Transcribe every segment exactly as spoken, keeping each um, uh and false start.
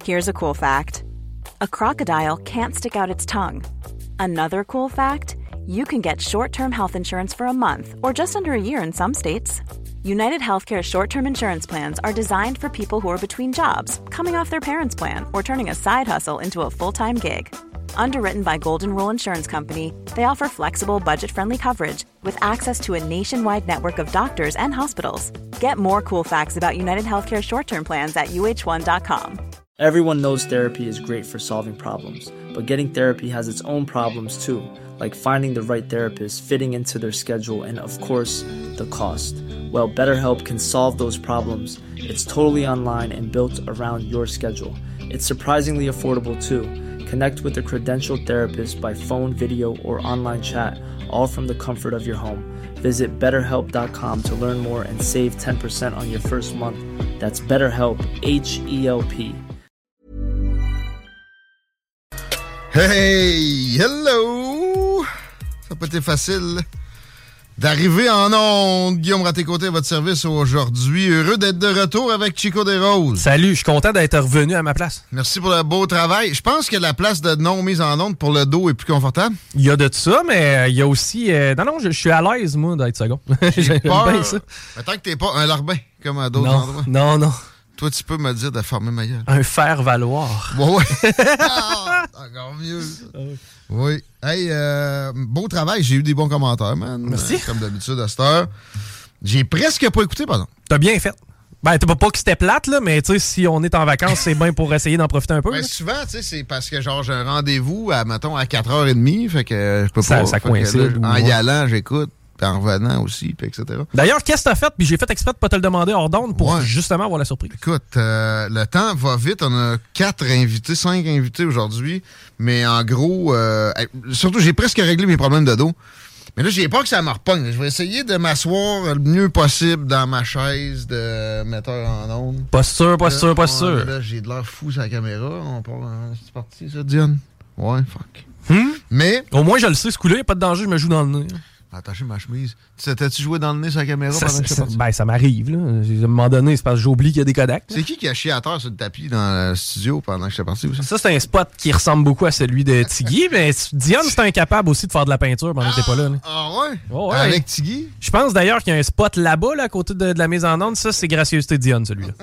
Here's a cool fact. A crocodile can't stick out its tongue. Another cool fact, you can get short-term health insurance for a month or just under a year in some states. United Healthcare short-term insurance plans are designed for people who are between jobs, coming off their parents' plan, or turning a side hustle into a full-time gig. Underwritten by Golden Rule Insurance Company, they offer flexible, budget-friendly coverage with access to a nationwide network of doctors and hospitals. Get more cool facts about United Healthcare short-term plans at U H one dot com. Everyone knows therapy is great for solving problems, but getting therapy has its own problems too, like finding the right therapist, fitting into their schedule, and of course, the cost. Well, BetterHelp can solve those problems. It's totally online and built around your schedule. It's surprisingly affordable too. Connect with a credentialed therapist by phone, video, or online chat, all from the comfort of your home. Visit better help dot com to learn more and save ten percent on your first month. That's BetterHelp, H E L P. Hey, hello! Ça n'a pas été facile d'arriver en onde. Guillaume Raté-Côté à votre service aujourd'hui. Heureux d'être de retour avec Chico Desroses. Salut, je suis content d'être revenu à ma place. Merci pour le beau travail. Je pense que la place de non mise en onde pour le dos est plus confortable. Il y a de ça, mais il y a aussi... Euh, non, non, je, je suis à l'aise, moi, d'être second. J'ai peur. Bien ça. Mais tant que t'es pas un larbin, comme à d'autres non, endroits. Non, non. Toi, tu peux me dire de fermer ma gueule. Un faire-valoir. Ouais, ouais. Ah, encore mieux. Ah oui. Oui. Hey, euh, beau travail. J'ai eu des bons commentaires, man. Merci. Euh, comme d'habitude, à cette heure. J'ai presque pas écouté, par exemple. T'as bien fait. Ben, t'as pas que c'était plate, là, mais tu sais, si on est en vacances, c'est bien pour essayer d'en profiter un peu. Ben, souvent, tu sais, c'est parce que, genre, j'ai un rendez-vous à, mettons, à quatre heures trente, fait que je peux ça, pas. Ça coïncide. Là, en y allant, j'écoute. En revenant aussi, puis et cetera. D'ailleurs, qu'est-ce que t'as fait? Puis j'ai fait exprès de pas te le demander hors d'onde pour ouais. justement avoir la surprise. Écoute, euh, le temps va vite. On a quatre invités, cinq invités aujourd'hui. Mais en gros, euh, surtout, j'ai presque réglé mes problèmes de dos. Mais là, j'ai peur que ça me repogne. Je vais essayer de m'asseoir le mieux possible dans ma chaise de metteur en onde. Pas sûr, pas là, sûr, pas sûr. Là, j'ai de l'air fou sur la caméra. On part, hein, c'est parti, ça, Diane? Ouais, fuck. Hmm? Mais... Au moins, je le sais, ce coup-là, il n'y a pas de danger, je me joue dans le nez. Attacher ma chemise. T'as-tu joué dans le nez sur la caméra ça, pendant que je suis parti? Ben, ça m'arrive, là. À un moment donné, c'est parce que j'oublie qu'il y a des Kodaks. C'est qui qui a chié à terre sur le tapis dans le studio pendant que j'étais parti aussi? Ça, c'est un spot qui ressemble beaucoup à celui de Tiggy, mais Diane, c'est incapable aussi de faire de la peinture pendant que t'es pas là. là. Ah ouais? Oh, ouais? Avec Tiggy? Je pense d'ailleurs qu'il y a un spot là-bas, là, à côté de, de la mise en onde. Ça, c'est gracieuseté de Diane, celui-là.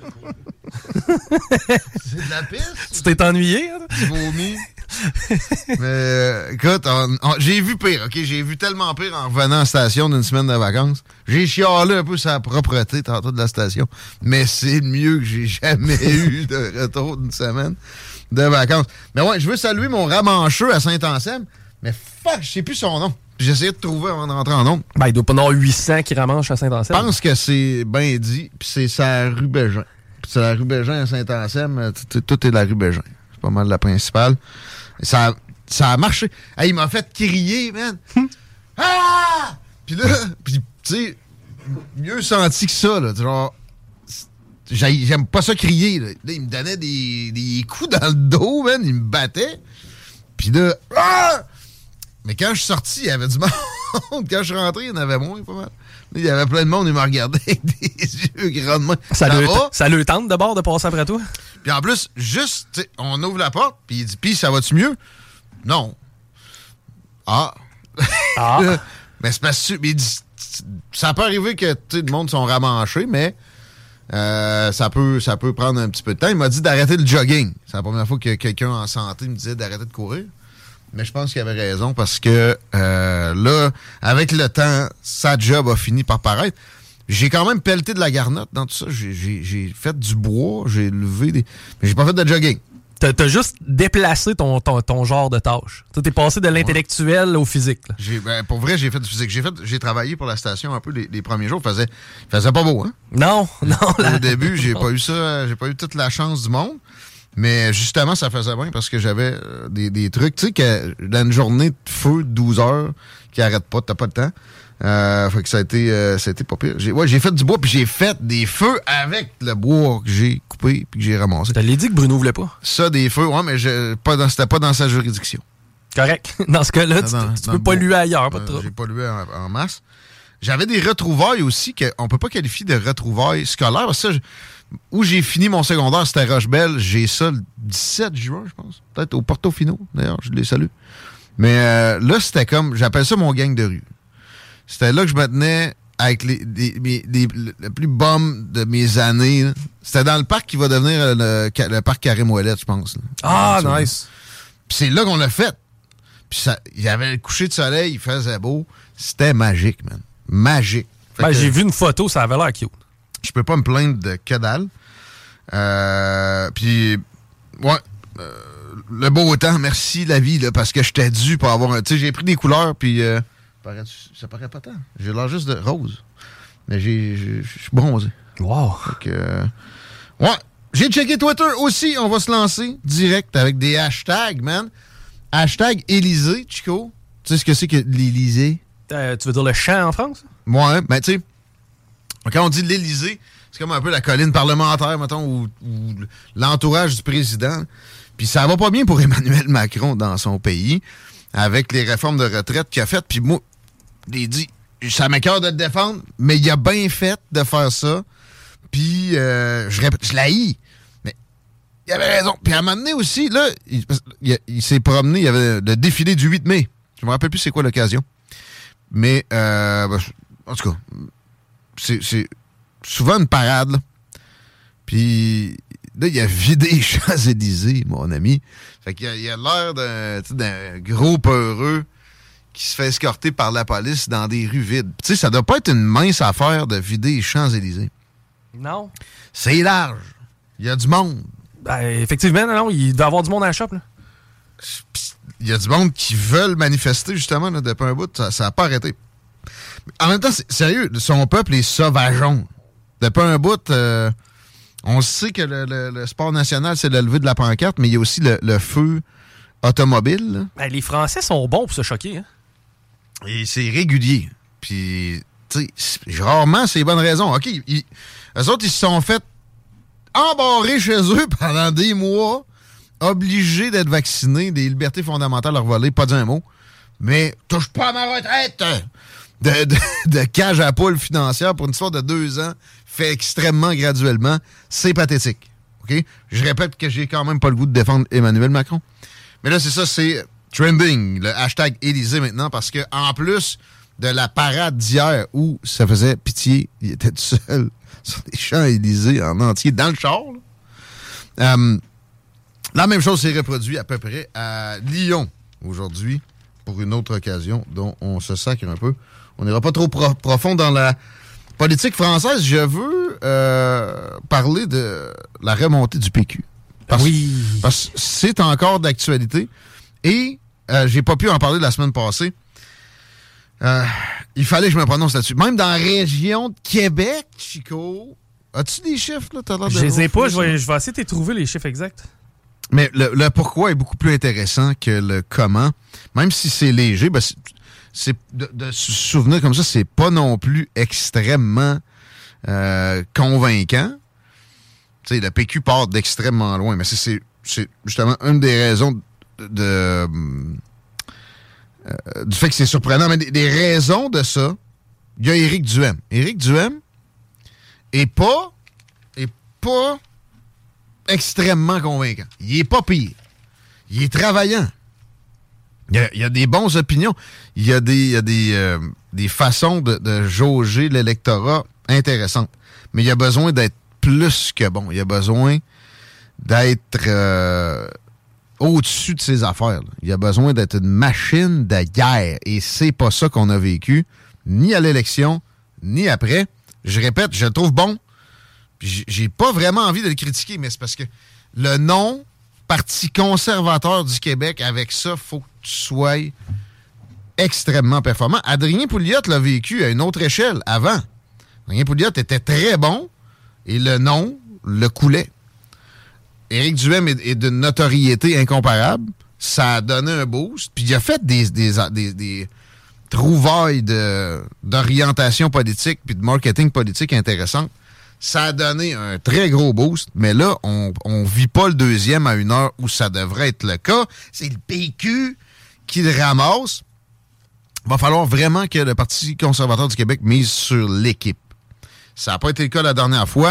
C'est de la piste? Tu t'es ennuyé? Hein? Tu vomis? Mais euh, écoute, on, on, j'ai vu pire, OK? J'ai vu tellement pire en revenant en station d'une semaine de vacances. J'ai chialé un peu sur la propreté tantôt de la station. Mais c'est le mieux que j'ai jamais eu de retour d'une semaine de vacances. Mais ouais, je veux saluer mon ramancheux à Saint-Anselme. Mais fuck, je sais plus son nom. J'ai essayé de trouver avant de rentrer en onde. Ben, il doit pas en avoir huit cents qui ramanchent à Saint-Anselme. Je pense que c'est bien dit. Puis c'est sa rue Bégin. Puis c'est la rue Bégin à Saint-Anselme. Tout est la rue Bégin. C'est pas mal la principale. Ça, ça a marché. Hey, il m'a fait crier, man. Ah! Puis là, puis, tu sais, mieux senti que ça, là. Genre, j'aime pas ça crier, là. Là, il me donnait des, des coups dans le dos, man. Il me battait. Puis là, ah! Mais quand je suis sorti, il y avait du monde. Quand je suis rentré, il y en avait moins, pas mal. Là, il y avait plein de monde, il me regardait avec des yeux grands de main. Ça, ça, le, ça le tente de bord de passer après toi? Puis en plus, juste, on ouvre la porte, puis il dit, puis ça va-tu mieux? Non. Ah. Ah. Mais c'est parce que, il dit, ça peut arriver que, tu sais, le monde sont ramanchés, mais euh, ça peut, ça peut prendre un petit peu de temps. Il m'a dit d'arrêter le jogging. C'est la première fois que quelqu'un en santé me disait d'arrêter de courir. Mais je pense qu'il avait raison parce que euh, là, avec le temps, sa job a fini par paraître. J'ai quand même pelleté de la garnotte dans tout ça. J'ai, j'ai, j'ai fait du bois, j'ai levé des... Mais j'ai pas fait de jogging. T'as, t'as juste déplacé ton, ton, ton genre de tâche. T'es passé de l'intellectuel ouais. au physique. Là. J'ai, ben, pour vrai, j'ai fait du physique. J'ai, fait, j'ai travaillé pour la station un peu les, les premiers jours. Il faisait, faisait pas beau, hein? Non, non. Là. Au début, j'ai pas eu ça. J'ai pas eu toute la chance du monde. Mais justement, ça faisait bien parce que j'avais euh, des, des trucs. Tu sais, que dans une journée de feu de douze heures qui arrête pas, t'as pas de temps. Euh, fait que ça a été, euh, ça a été pas pire. J'ai, ouais, j'ai fait du bois, puis j'ai fait des feux avec le bois que j'ai coupé puis que j'ai ramassé. Tu l'as dit que Bruno voulait pas? Ça, des feux, ouais, mais je, pas dans, c'était pas dans sa juridiction. Correct. Dans ce cas-là, tu, dans, tu dans peux pas luer ailleurs, pas euh, de trouble. J'ai pas lué en, en masse. J'avais des retrouvailles aussi qu'on peut pas qualifier de retrouvailles scolaires. Ça, je, où j'ai fini mon secondaire, c'était Rochebelle. J'ai ça le dix-sept juin, je pense. Peut-être au Portofino, d'ailleurs, je les salue. Mais euh, là, c'était comme, j'appelle ça mon gang de rue. C'était là que je me tenais avec les, les, les, les le plus bum de mes années. Là. C'était dans le parc qui va devenir le, le, le parc Carré-Moellette, je pense. Là. Ah, ça, nice. Puis c'est là qu'on l'a fait. Puis ça, il y avait le coucher de soleil, il faisait beau. C'était magique, man. Magique. Ben, que, j'ai vu une photo, ça avait l'air cute. Je peux pas me plaindre de que dalle. Euh, puis, ouais, euh, le beau temps, merci la vie, là, parce que j'étais dû pour avoir un... Tu sais, j'ai pris des couleurs, puis euh, ça paraît pas tant. J'ai l'air juste de rose. Mais j'ai, je suis bronzé. Wow. Fait que, euh, ouais, j'ai checké Twitter aussi. On va se lancer direct avec des hashtags, man. Hashtag Élysée, Chico. Tu sais ce que c'est que l'Élysée? Euh, tu veux dire le champ en France? Ouais, ben tu sais, quand on dit l'Élysée, c'est comme un peu la colline parlementaire, mettons, ou, ou l'entourage du président. Puis ça va pas bien pour Emmanuel Macron dans son pays, avec les réformes de retraite qu'il a faites. Puis moi, j'ai dit, ça m'écoeure de te défendre, mais il a bien fait de faire ça. Puis euh, je répète, je l'haïs. Mais il avait raison. Puis à un moment donné aussi, là, il, il, il s'est promené, il y avait le défilé du huit mai. Je me rappelle plus c'est quoi l'occasion. Mais, euh, ben, en tout cas, c'est, c'est souvent une parade, là. Puis, là, il a vidé les Champs-Élysées, mon ami. Fait qu'il a, il a l'air d'un, d'un gros peureux qui se fait escorter par la police dans des rues vides. Tu sais, ça doit pas être une mince affaire de vider les Champs-Élysées. Non. C'est large. Il y a du monde. Ben, effectivement, non, non, il doit y avoir du monde à la shop, là. Il y a du monde qui veulent manifester, justement, là, depuis un bout. Ça n'a pas arrêté. En même temps, c'est sérieux, son peuple est sauvageon. Depuis un bout, euh, on sait que le, le, le sport national, c'est le lever de la pancarte, mais il y a aussi le, le feu automobile. Ben, les Français sont bons pour se choquer. Hein? Et c'est régulier. Puis, tu sais, rarement, c'est les bonnes raisons. OK, ils, eux autres, ils se sont fait embarrer chez eux pendant des mois, obligés d'être vaccinés, des libertés fondamentales leur voler, pas dire un mot. Mais touche pas à ma retraite de, de, de cage à poule financière pour une histoire de deux ans, fait extrêmement graduellement. C'est pathétique. OK? Je répète que j'ai quand même pas le goût de défendre Emmanuel Macron. Mais là, c'est ça, c'est trending, le hashtag Élysée maintenant, parce que en plus de la parade d'hier où ça faisait pitié, il était tout seul sur les Champs-Élysées en entier, dans le char. Là. Euh, la même chose s'est reproduite à peu près à Lyon aujourd'hui pour une autre occasion dont on se sacre un peu. On n'ira pas trop pro- profond dans la politique française. Je veux euh, parler de la remontée du P Q. Parce, oui. Parce que c'est encore d'actualité. Et euh, j'ai pas pu en parler la semaine passée. Euh, il fallait que je me prononce là-dessus. Même dans la région de Québec, Chico, as-tu des chiffres? Là? T'as l'air de je les ai pas. Je ça. vais, je vais essayer de trouver les chiffres exacts. Mais le, le pourquoi est beaucoup plus intéressant que le comment. Même si c'est léger, ben c'est, c'est de, de se souvenir comme ça, c'est pas non plus extrêmement euh, convaincant. Tu sais, le P Q part d'extrêmement loin, mais c'est, c'est, c'est justement une des raisons de, de euh, du fait que c'est surprenant. Mais des, des raisons de ça, il y a Éric Duhem. Éric Duhem est pas est pas extrêmement convaincant. Il est pas pire. Il est travaillant. Il y a, il y a des bonnes opinions. Il y a des, il y a des, euh, des façons de, de jauger l'électorat intéressantes. Mais il y a besoin d'être plus que bon. Il y a besoin d'être euh, au-dessus de ses affaires. Là. Il y a besoin d'être une machine de guerre. Et c'est pas ça qu'on a vécu, ni à l'élection, ni après. Je répète, je le trouve bon. J'ai pas vraiment envie de le critiquer, mais c'est parce que le nom Parti conservateur du Québec, avec ça, faut que tu sois extrêmement performant. Adrien Pouliot l'a vécu à une autre échelle avant. Adrien Pouliot était très bon et le nom le coulait. Éric Duhem est, est d'une notoriété incomparable. Ça a donné un boost. Puis il a fait des, des, des, des trouvailles de, d'orientation politique puis de marketing politique intéressantes. Ça a donné un très gros boost, mais là, on ne vit pas le deuxième à une heure où ça devrait être le cas. C'est le P Q qui le ramasse. Il va falloir vraiment que le Parti conservateur du Québec mise sur l'équipe. Ça n'a pas été le cas la dernière fois.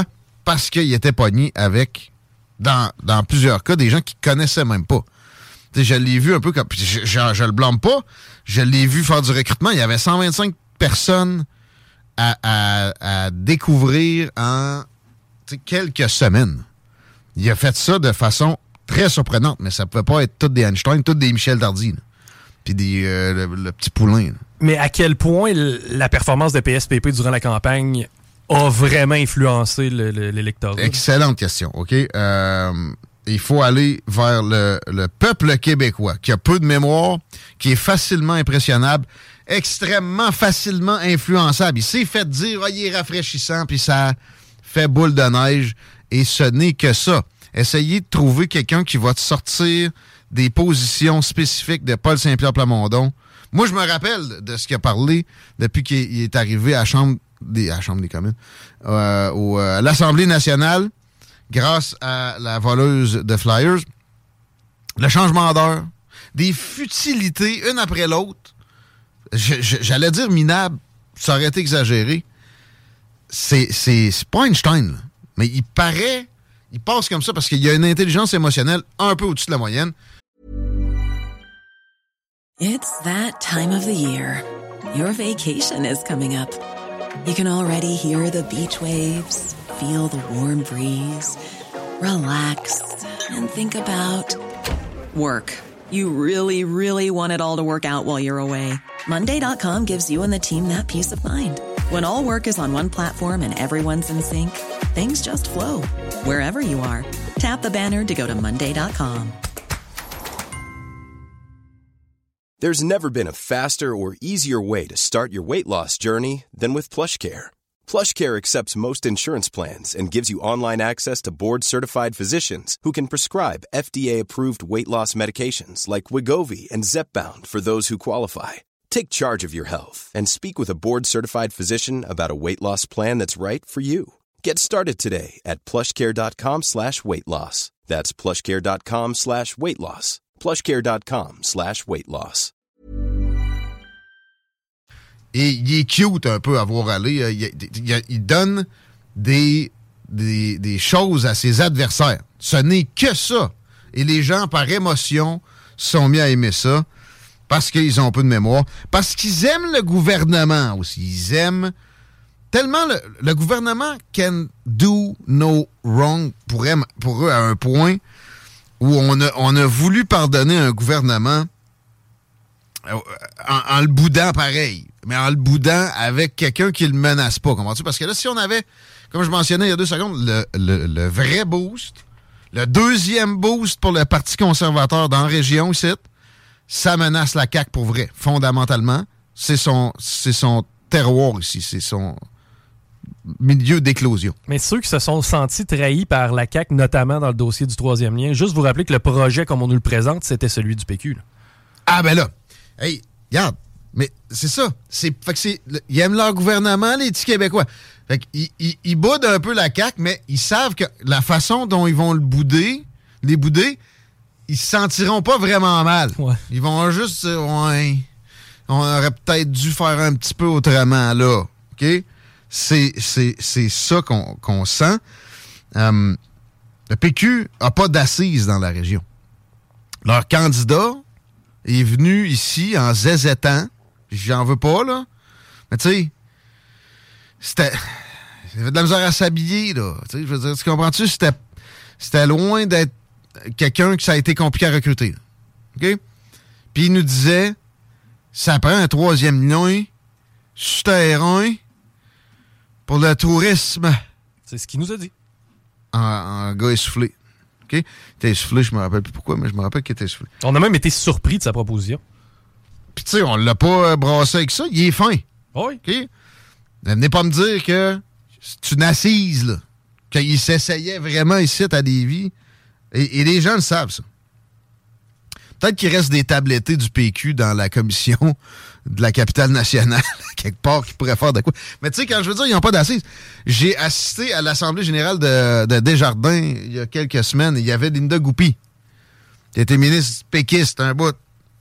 parce qu'il était pogné avec, dans, dans plusieurs cas, des gens qu'il connaissait même pas. T'sais, je l'ai vu un peu comme... Je, je, je le blâme pas. Je l'ai vu faire du recrutement. Il y avait cent vingt-cinq personnes à, à, à découvrir en quelques semaines. Il a fait ça de façon très surprenante, mais ça pouvait pas être toutes des Einstein, toutes des Michel Tardy. Puis des euh, le, le petit poulain. Là. Mais à quel point la performance de P S P P durant la campagne a vraiment influencé le, le, l'électorat? Excellente question, OK? Euh, il faut aller vers le, le peuple québécois, qui a peu de mémoire, qui est facilement impressionnable, extrêmement facilement influençable. Il s'est fait dire, oh, il est rafraîchissant, puis ça fait boule de neige, et ce n'est que ça. Essayez de trouver quelqu'un qui va te sortir des positions spécifiques de Paul Saint-Pierre Plamondon. Moi, je me rappelle de ce qu'il a parlé depuis qu'il est arrivé à la Chambre des, à la Chambre des communes, euh, au, euh, à l'Assemblée nationale, grâce à la voleuse de Flyers. Le changement d'heure, des futilités, une après l'autre. Je, je, j'allais dire minable, ça aurait été exagéré. C'est, c'est, c'est pas Einstein, là. Mais il paraît, il passe comme ça parce qu'il y a une intelligence émotionnelle un peu au-dessus de la moyenne. It's that time of the year. Your vacation is coming up. You can already hear the beach waves, feel the warm breeze, relax, and think about work. You really, really want it all to work out while you're away. Monday dot com gives you and the team that peace of mind. When all work is on one platform and everyone's in sync, things just flow. Wherever you are, tap the banner to go to Monday dot com. There's never been a faster or easier way to start your weight loss journey than with PlushCare. PlushCare accepts most insurance plans and gives you online access to board-certified physicians who can prescribe F D A-approved weight loss medications like Wegovy and Zepbound for those who qualify. Take charge of your health and speak with a board-certified physician about a weight loss plan that's right for you. Get started today at plushcare.com slash weight loss. That's plushcare.com slash weight loss. plushcare.com slash weight loss. Et il est cute un peu à voir aller. Il, il, il donne des, des, des choses à ses adversaires. Ce n'est que ça. Et les gens, par émotion, sont mis à aimer ça parce qu'ils ont peu de mémoire. Parce qu'ils aiment le gouvernement aussi. Ils aiment tellement le, le gouvernement can do no wrong pour, pour eux à un point où on a, on a voulu pardonner un gouvernement en, en le boudant pareil, mais en le boudant avec quelqu'un qui le menace pas, comprends-tu? Parce que là, si on avait, comme je mentionnais il y a deux secondes, le, le, le vrai boost, le deuxième boost pour le Parti conservateur dans la région ici, ça menace la C A Q pour vrai, fondamentalement. C'est son, c'est son terroir ici, c'est son milieu d'éclosion. Mais ceux qui se sont sentis trahis par la C A Q, notamment dans le dossier du troisième lien, juste vous rappeler que le projet, comme on nous le présente, c'était celui du P Q. Là. Ah ben là, hey, regarde, mais c'est ça. C'est, fait que c'est, ils aiment leur gouvernement, les petits Québécois. Fait qu'ils ils, ils boudent un peu la C A Q, mais ils savent que la façon dont ils vont le bouder, les bouder, ils se sentiront pas vraiment mal. Ouais. Ils vont juste dire, ouais, on aurait peut-être dû faire un petit peu autrement, là. OK? C'est, c'est, c'est ça qu'on, qu'on sent. Euh, le P Q n'a pas d'assises dans la région. Leur candidat est venu ici en zézétant. J'en veux pas, là. Mais tu sais, c'était... Il avait de la misère à s'habiller, là. Tu sais, je veux dire, tu comprends-tu? C'était, c'était loin d'être quelqu'un que ça a été compliqué à recruter. OK? Puis il nous disait, ça prend un troisième lien sur terrain pour le tourisme. C'est ce qu'il nous a dit. En, en gars essoufflé. OK? Il était essoufflé, je me rappelle plus pourquoi, mais je me rappelle qu'il était essoufflé. On a même été surpris de sa proposition. Puis tu sais, on l'a pas brassé avec ça. Il est fin. Oui. OK? Venez pas me dire que c'est une assise, là. Qu'il s'essayait vraiment ici à Lévis. Et, et les gens le savent, ça. Peut-être qu'il reste des tablettés du P Q dans la commission de la capitale nationale, quelque part, qui pourrait faire de quoi. Mais tu sais, quand je veux dire, ils n'ont pas d'assises. J'ai assisté à l'Assemblée générale de, de Desjardins il y a quelques semaines. Il y avait Linda Goupy, qui était ministre péquiste, un bout.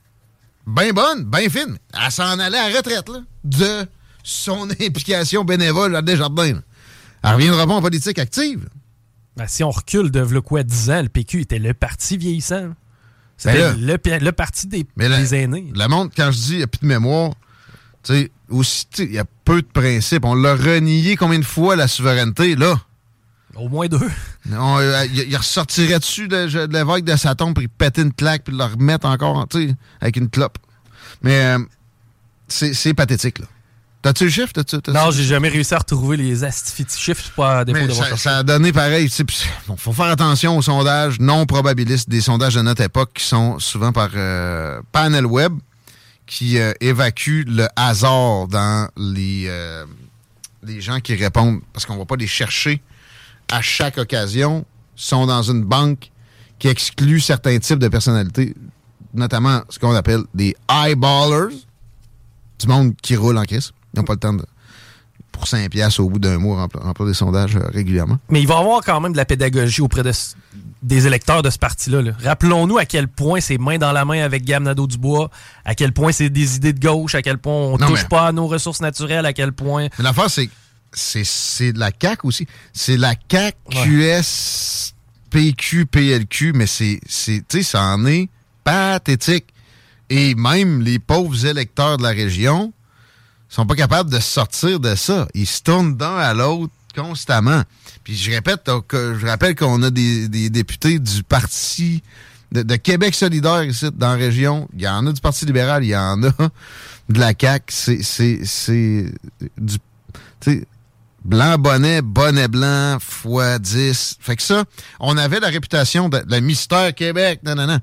Bien bonne, bien fine. Elle s'en allait à la retraite, là, de son implication bénévole à Desjardins. Là. Elle ne reviendra pas en politique active. Ben, si on recule de v'là quoi dix ans, le P Q était le parti vieillissant. C'était là, le, le parti des, mais la, des aînés. Le monde, quand je dis qu'il n'y a plus de mémoire, tu sais, aussi, tu sais, il y a peu de principes. On l'a renié combien de fois, la souveraineté, là? Au moins deux. On, euh, il, il ressortirait dessus de, de l'évêque de sa tombe, puis péter une claque, puis le remettre encore, tu sais, avec une clope. Mais euh, c'est, c'est pathétique, là. T'as-tu le chiffre? T'as-tu, t'as-tu non, j'ai jamais réussi à retrouver les astifis chiffres, c'est pas à défaut mais de ça, ça a donné pareil. Il bon, faut faire attention aux sondages non probabilistes, des sondages de notre époque qui sont souvent par euh, Panel Web, qui euh, évacuent le hasard dans les, euh, les gens qui répondent, parce qu'on va pas les chercher à chaque occasion, sont dans une banque qui exclut certains types de personnalités, notamment ce qu'on appelle des eyeballers, du monde qui roule en crise. Ils n'ont pas le temps de, pour cinq piastres au bout d'un mois, remplir, remplir des sondages euh, régulièrement. Mais il va y avoir quand même de la pédagogie auprès de, des électeurs de ce parti-là. Là. Rappelons-nous à quel point c'est main dans la main avec Gam Nadeau-Dubois, à quel point c'est des idées de gauche, à quel point on ne touche mais... pas à nos ressources naturelles, à quel point... Mais l'affaire, c'est c'est, c'est de la C A Q aussi. C'est la C A Q, ouais. Q S, P Q, P L Q, mais c'est, c'est tu sais, ça en est pathétique. Et même les pauvres électeurs de la région sont pas capables de sortir de ça. Ils se tournent d'un à l'autre constamment. Puis je répète, que, je rappelle qu'on a des, des députés du Parti de, de Québec solidaire ici, dans la région. Il y en a du Parti libéral, il y en a de la C A Q. C'est, c'est, c'est du... Tu sais, blanc bonnet, bonnet blanc, fois dix. Fait que ça, on avait la réputation de, de la mystère Québec. Non, non, non.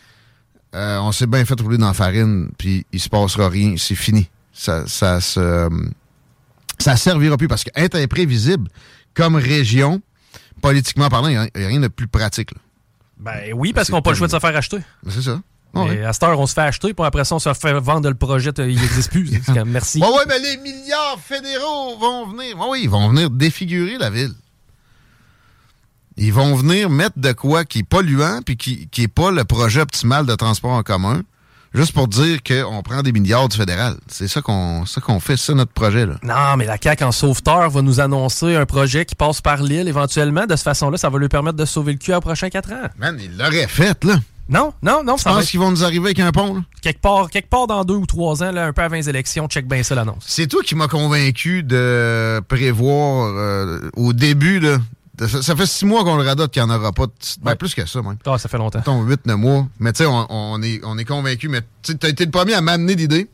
Euh, on s'est bien fait rouler dans la farine, puis il se passera rien. C'est fini. Ça, ça se, ça servira plus parce qu'être imprévisible comme région, politiquement parlant, il n'y a, a rien de plus pratique. Là. Ben oui, parce c'est qu'on n'a pas le choix de se faire acheter. C'est ça. Oh, ouais. À cette heure, on se fait acheter, puis après ça, on se fait vendre le projet, il n'existe plus. C'est comme, merci. Oui, oui, mais les milliards fédéraux vont venir. Oui, oui, ils vont venir défigurer la ville. Ils vont venir mettre de quoi qui est polluant, puis qui n'est pas le projet optimal de transport en commun. Juste pour dire qu'on prend des milliards du fédéral. C'est ça qu'on, ça qu'on fait, c'est ça notre projet. Là. Non, mais la C A Q en sauveteur va nous annoncer un projet qui passe par l'île éventuellement. De cette façon-là, ça va lui permettre de sauver le cul aux prochains quatre ans. Man, il l'aurait fait, là. Non, non, non. Je pense être... qu'ils vont nous arriver avec un pont, là. Quelque part, quelque part dans deux ou trois ans, là, un peu avant les élections, check bien ça l'annonce. C'est toi qui m'as convaincu de prévoir euh, au début, là. Ça, ça fait six mois qu'on le radote qu'il n'y en aura pas. De... Ben, ouais. Plus que ça, même. Ah, ça fait longtemps. Mettons huit, neuf mois. Mais tu sais, on, on est, on est convaincus. Mais tu as été le premier à m'amener l'idée.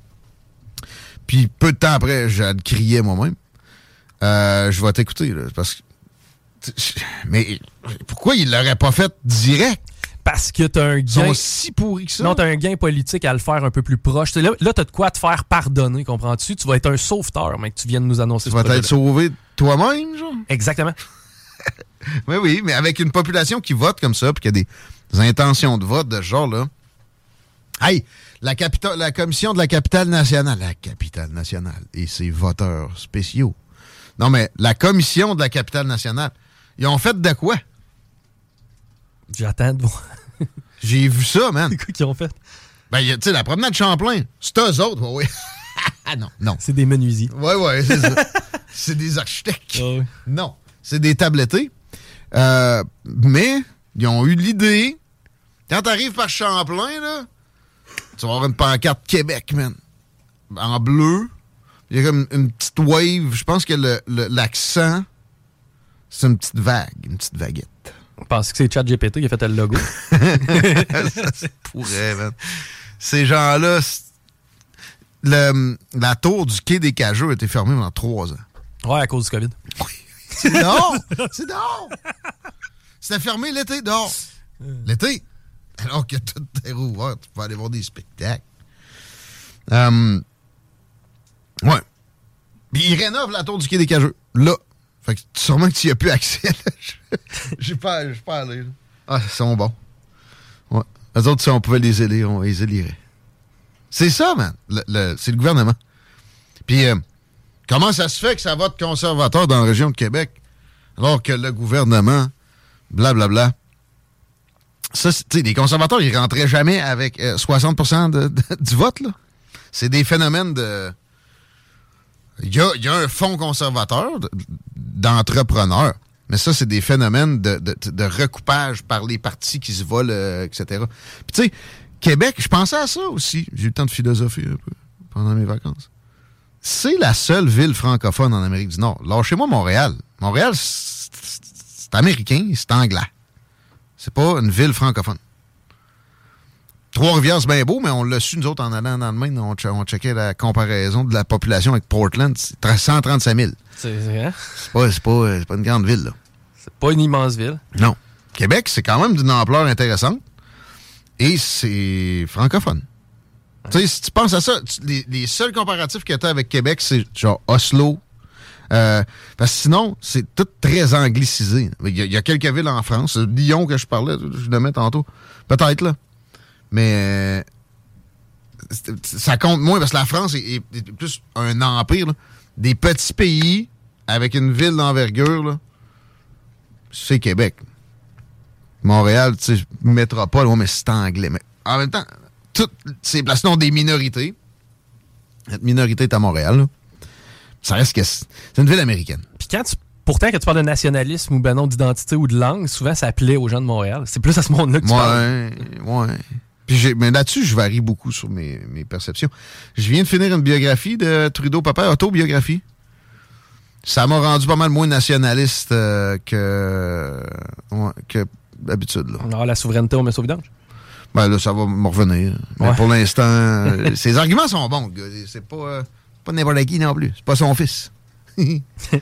Puis peu de temps après, je le criais moi-même. Euh, je vais t'écouter, là. Parce que. Mais pourquoi il l'aurait pas fait direct? Parce que t'as un gain. Ils sont si pourris que ça. Non, t'as un gain politique à le faire un peu plus proche. Là, là t'as de quoi te faire pardonner, comprends-tu? Tu vas être un sauveteur, mais que tu viennes nous annoncer tu ce vas être sauvé toi-même, genre? Exactement. Oui, oui, mais avec une population qui vote comme ça, puis qui a des, des intentions de vote de ce genre-là. Hey, la, capita- la commission de la capitale nationale, la capitale nationale et ses voteurs spéciaux. Non, mais la commission de la capitale nationale, ils ont fait de quoi? J'attends de voir. J'ai vu ça, man. C'est quoi qu'ils ont fait? Ben, tu sais, la promenade Champlain, c'est eux autres, oui. Ah non, non. C'est des menuisiers. Oui, oui, c'est ça. C'est des architectes. Oh oui. Non, c'est des tablettés. Euh, mais, ils ont eu l'idée. Quand t'arrives par Champlain, là, tu vas avoir une pancarte Québec, man. En bleu. Il y a comme une petite wave. Je pense que le, le, l'accent, c'est une petite vague, une petite vaguette. Je pense que c'est ChatGPT qui a fait le logo. Ça se pourrait, man. Ces gens-là, le, la tour du quai des Cageux a été fermée pendant trois ans. Ouais, à cause du COVID. Oui. C'est dehors! C'est dehors! C'était fermé l'été, dehors. L'été. Alors que tout est rouvert, tu peux aller voir des spectacles. Um, ouais. Puis ils rénovent la tour du quai des Cageux. Là. Fait que sûrement que tu n'y as plus accès. J'ai pas, j'ai pas allé. Là. Ah, ils sont bons. Ouais. Eux autres, si on pouvait les élire, on les élirait. C'est ça, man. Le, le, c'est le gouvernement. Puis, euh, comment ça se fait que ça vote conservateur dans la région de Québec, alors que le gouvernement, blablabla. Bla, bla, ça, tu sais, les conservateurs, ils rentraient jamais avec euh, soixante pour cent de, de, du vote, là. C'est des phénomènes de... Il y a, y a un fonds conservateur de, d'entrepreneurs. Mais ça, c'est des phénomènes de, de, de recoupage par les partis qui se volent, euh, et cetera. Puis tu sais, Québec, je pensais à ça aussi. J'ai eu le temps de philosopher un peu pendant mes vacances. C'est la seule ville francophone en Amérique du Nord. Lâchez-moi Montréal. Montréal, c'est, c'est américain, c'est anglais. C'est pas une ville francophone. Trois-Rivières, c'est bien beau, mais on l'a su, nous autres, en allant dans le Maine, on, on checkait la comparaison de la population avec Portland. C'est cent trente-cinq mille. C'est, hein? c'est, pas, c'est, pas, c'est pas une grande ville, là. C'est pas une immense ville. Non. Québec, c'est quand même d'une ampleur intéressante. Et c'est francophone. Ouais. Tu sais, si tu penses à ça, tu, les, les seuls comparatifs que tu as avec Québec, c'est genre Oslo. Euh, parce que sinon, c'est tout très anglicisé. Il y, a, il y a quelques villes en France. Lyon, que je parlais, je le mets tantôt. Peut-être, là. Mais euh, ça compte moins parce que la France est, est, est plus un empire. Là. Des petits pays avec une ville d'envergure, là, c'est Québec. Montréal, tu sais, métropole, ouais, mais c'est anglais. Mais en même temps, toutes ces places ont des minorités. Cette minorité est à Montréal. Là. Ça reste que c'est, c'est une ville américaine. Puis quand tu pourtant, quand tu parles de nationalisme ou ben non, d'identité ou de langue, souvent ça plaît aux gens de Montréal. C'est plus à ce monde-là que tu ouais, parles. Ouais, ouais. Puis j'ai, mais là-dessus, je varie beaucoup sur mes, mes perceptions. Je viens de finir une biographie de Trudeau-Papa, autobiographie. Ça m'a rendu pas mal moins nationaliste euh, que, ouais, que d'habitude. Là. Alors, la souveraineté, on met ça au vidange? Ben là, ça va me revenir. Mais ouais. Pour l'instant, euh, ses arguments sont bons, gars. C'est pas, euh, pas n'importe qui non plus. C'est pas son fils. euh,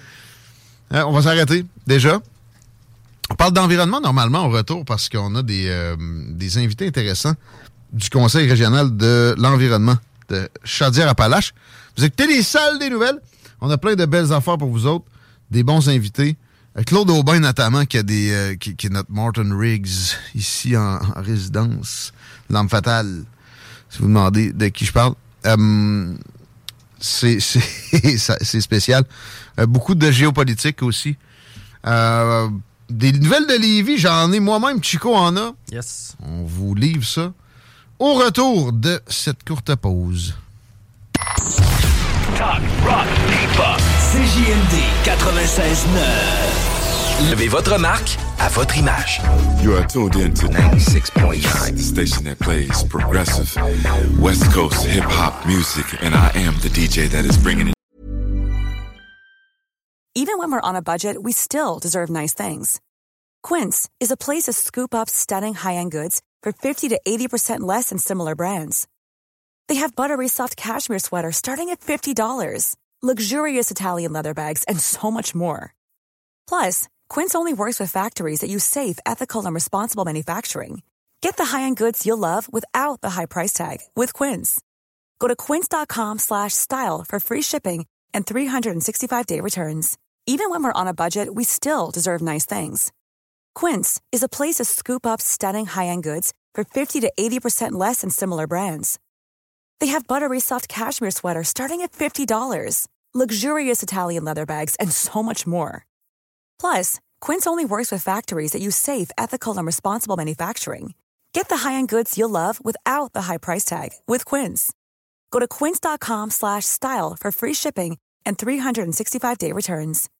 on va s'arrêter, déjà. On parle d'environnement normalement au retour parce qu'on a des, euh, des invités intéressants du Conseil régional de l'environnement de Chaudière-Appalaches. Vous écoutez les salles des nouvelles. On a plein de belles affaires pour vous autres, des bons invités. Claude Aubin notamment, qui, a des, euh, qui, qui est notre Morton Riggs ici en, en résidence. L'âme fatale, si vous demandez de qui je parle. Euh, c'est, c'est, c'est spécial. Euh, beaucoup de géopolitique aussi. Euh, Des nouvelles de Lévis, j'en ai moi-même, Chico en a. Yes. On vous livre ça au retour de cette courte pause. Talk, rock, hip-hop. C J M D quatre-vingt-seize neuf. Levez votre marque à votre image. You are tuned in to ninety-six point nine, the station that plays progressive West Coast hip-hop music, and I am the D J that is bringing it. Even when we're on a budget, we still deserve nice things. Quince is a place to scoop up stunning high-end goods for fifty to eighty percent less than similar brands. They have buttery soft cashmere sweaters starting at fifty dollars, luxurious Italian leather bags, and so much more. Plus, Quince only works with factories that use safe, ethical, and responsible manufacturing. Get the high-end goods you'll love without the high price tag with Quince. Go to quince.com slash style for free shipping and three sixty-five day returns. Even when we're on a budget, we still deserve nice things. Quince is a place to scoop up stunning high-end goods for fifty to eighty percent less than similar brands. They have buttery soft cashmere sweaters starting at fifty dollars, luxurious Italian leather bags, and so much more. Plus, Quince only works with factories that use safe, ethical, and responsible manufacturing. Get the high-end goods you'll love without the high price tag with Quince. Go to quince.com slash style for free shipping and three sixty-five day returns.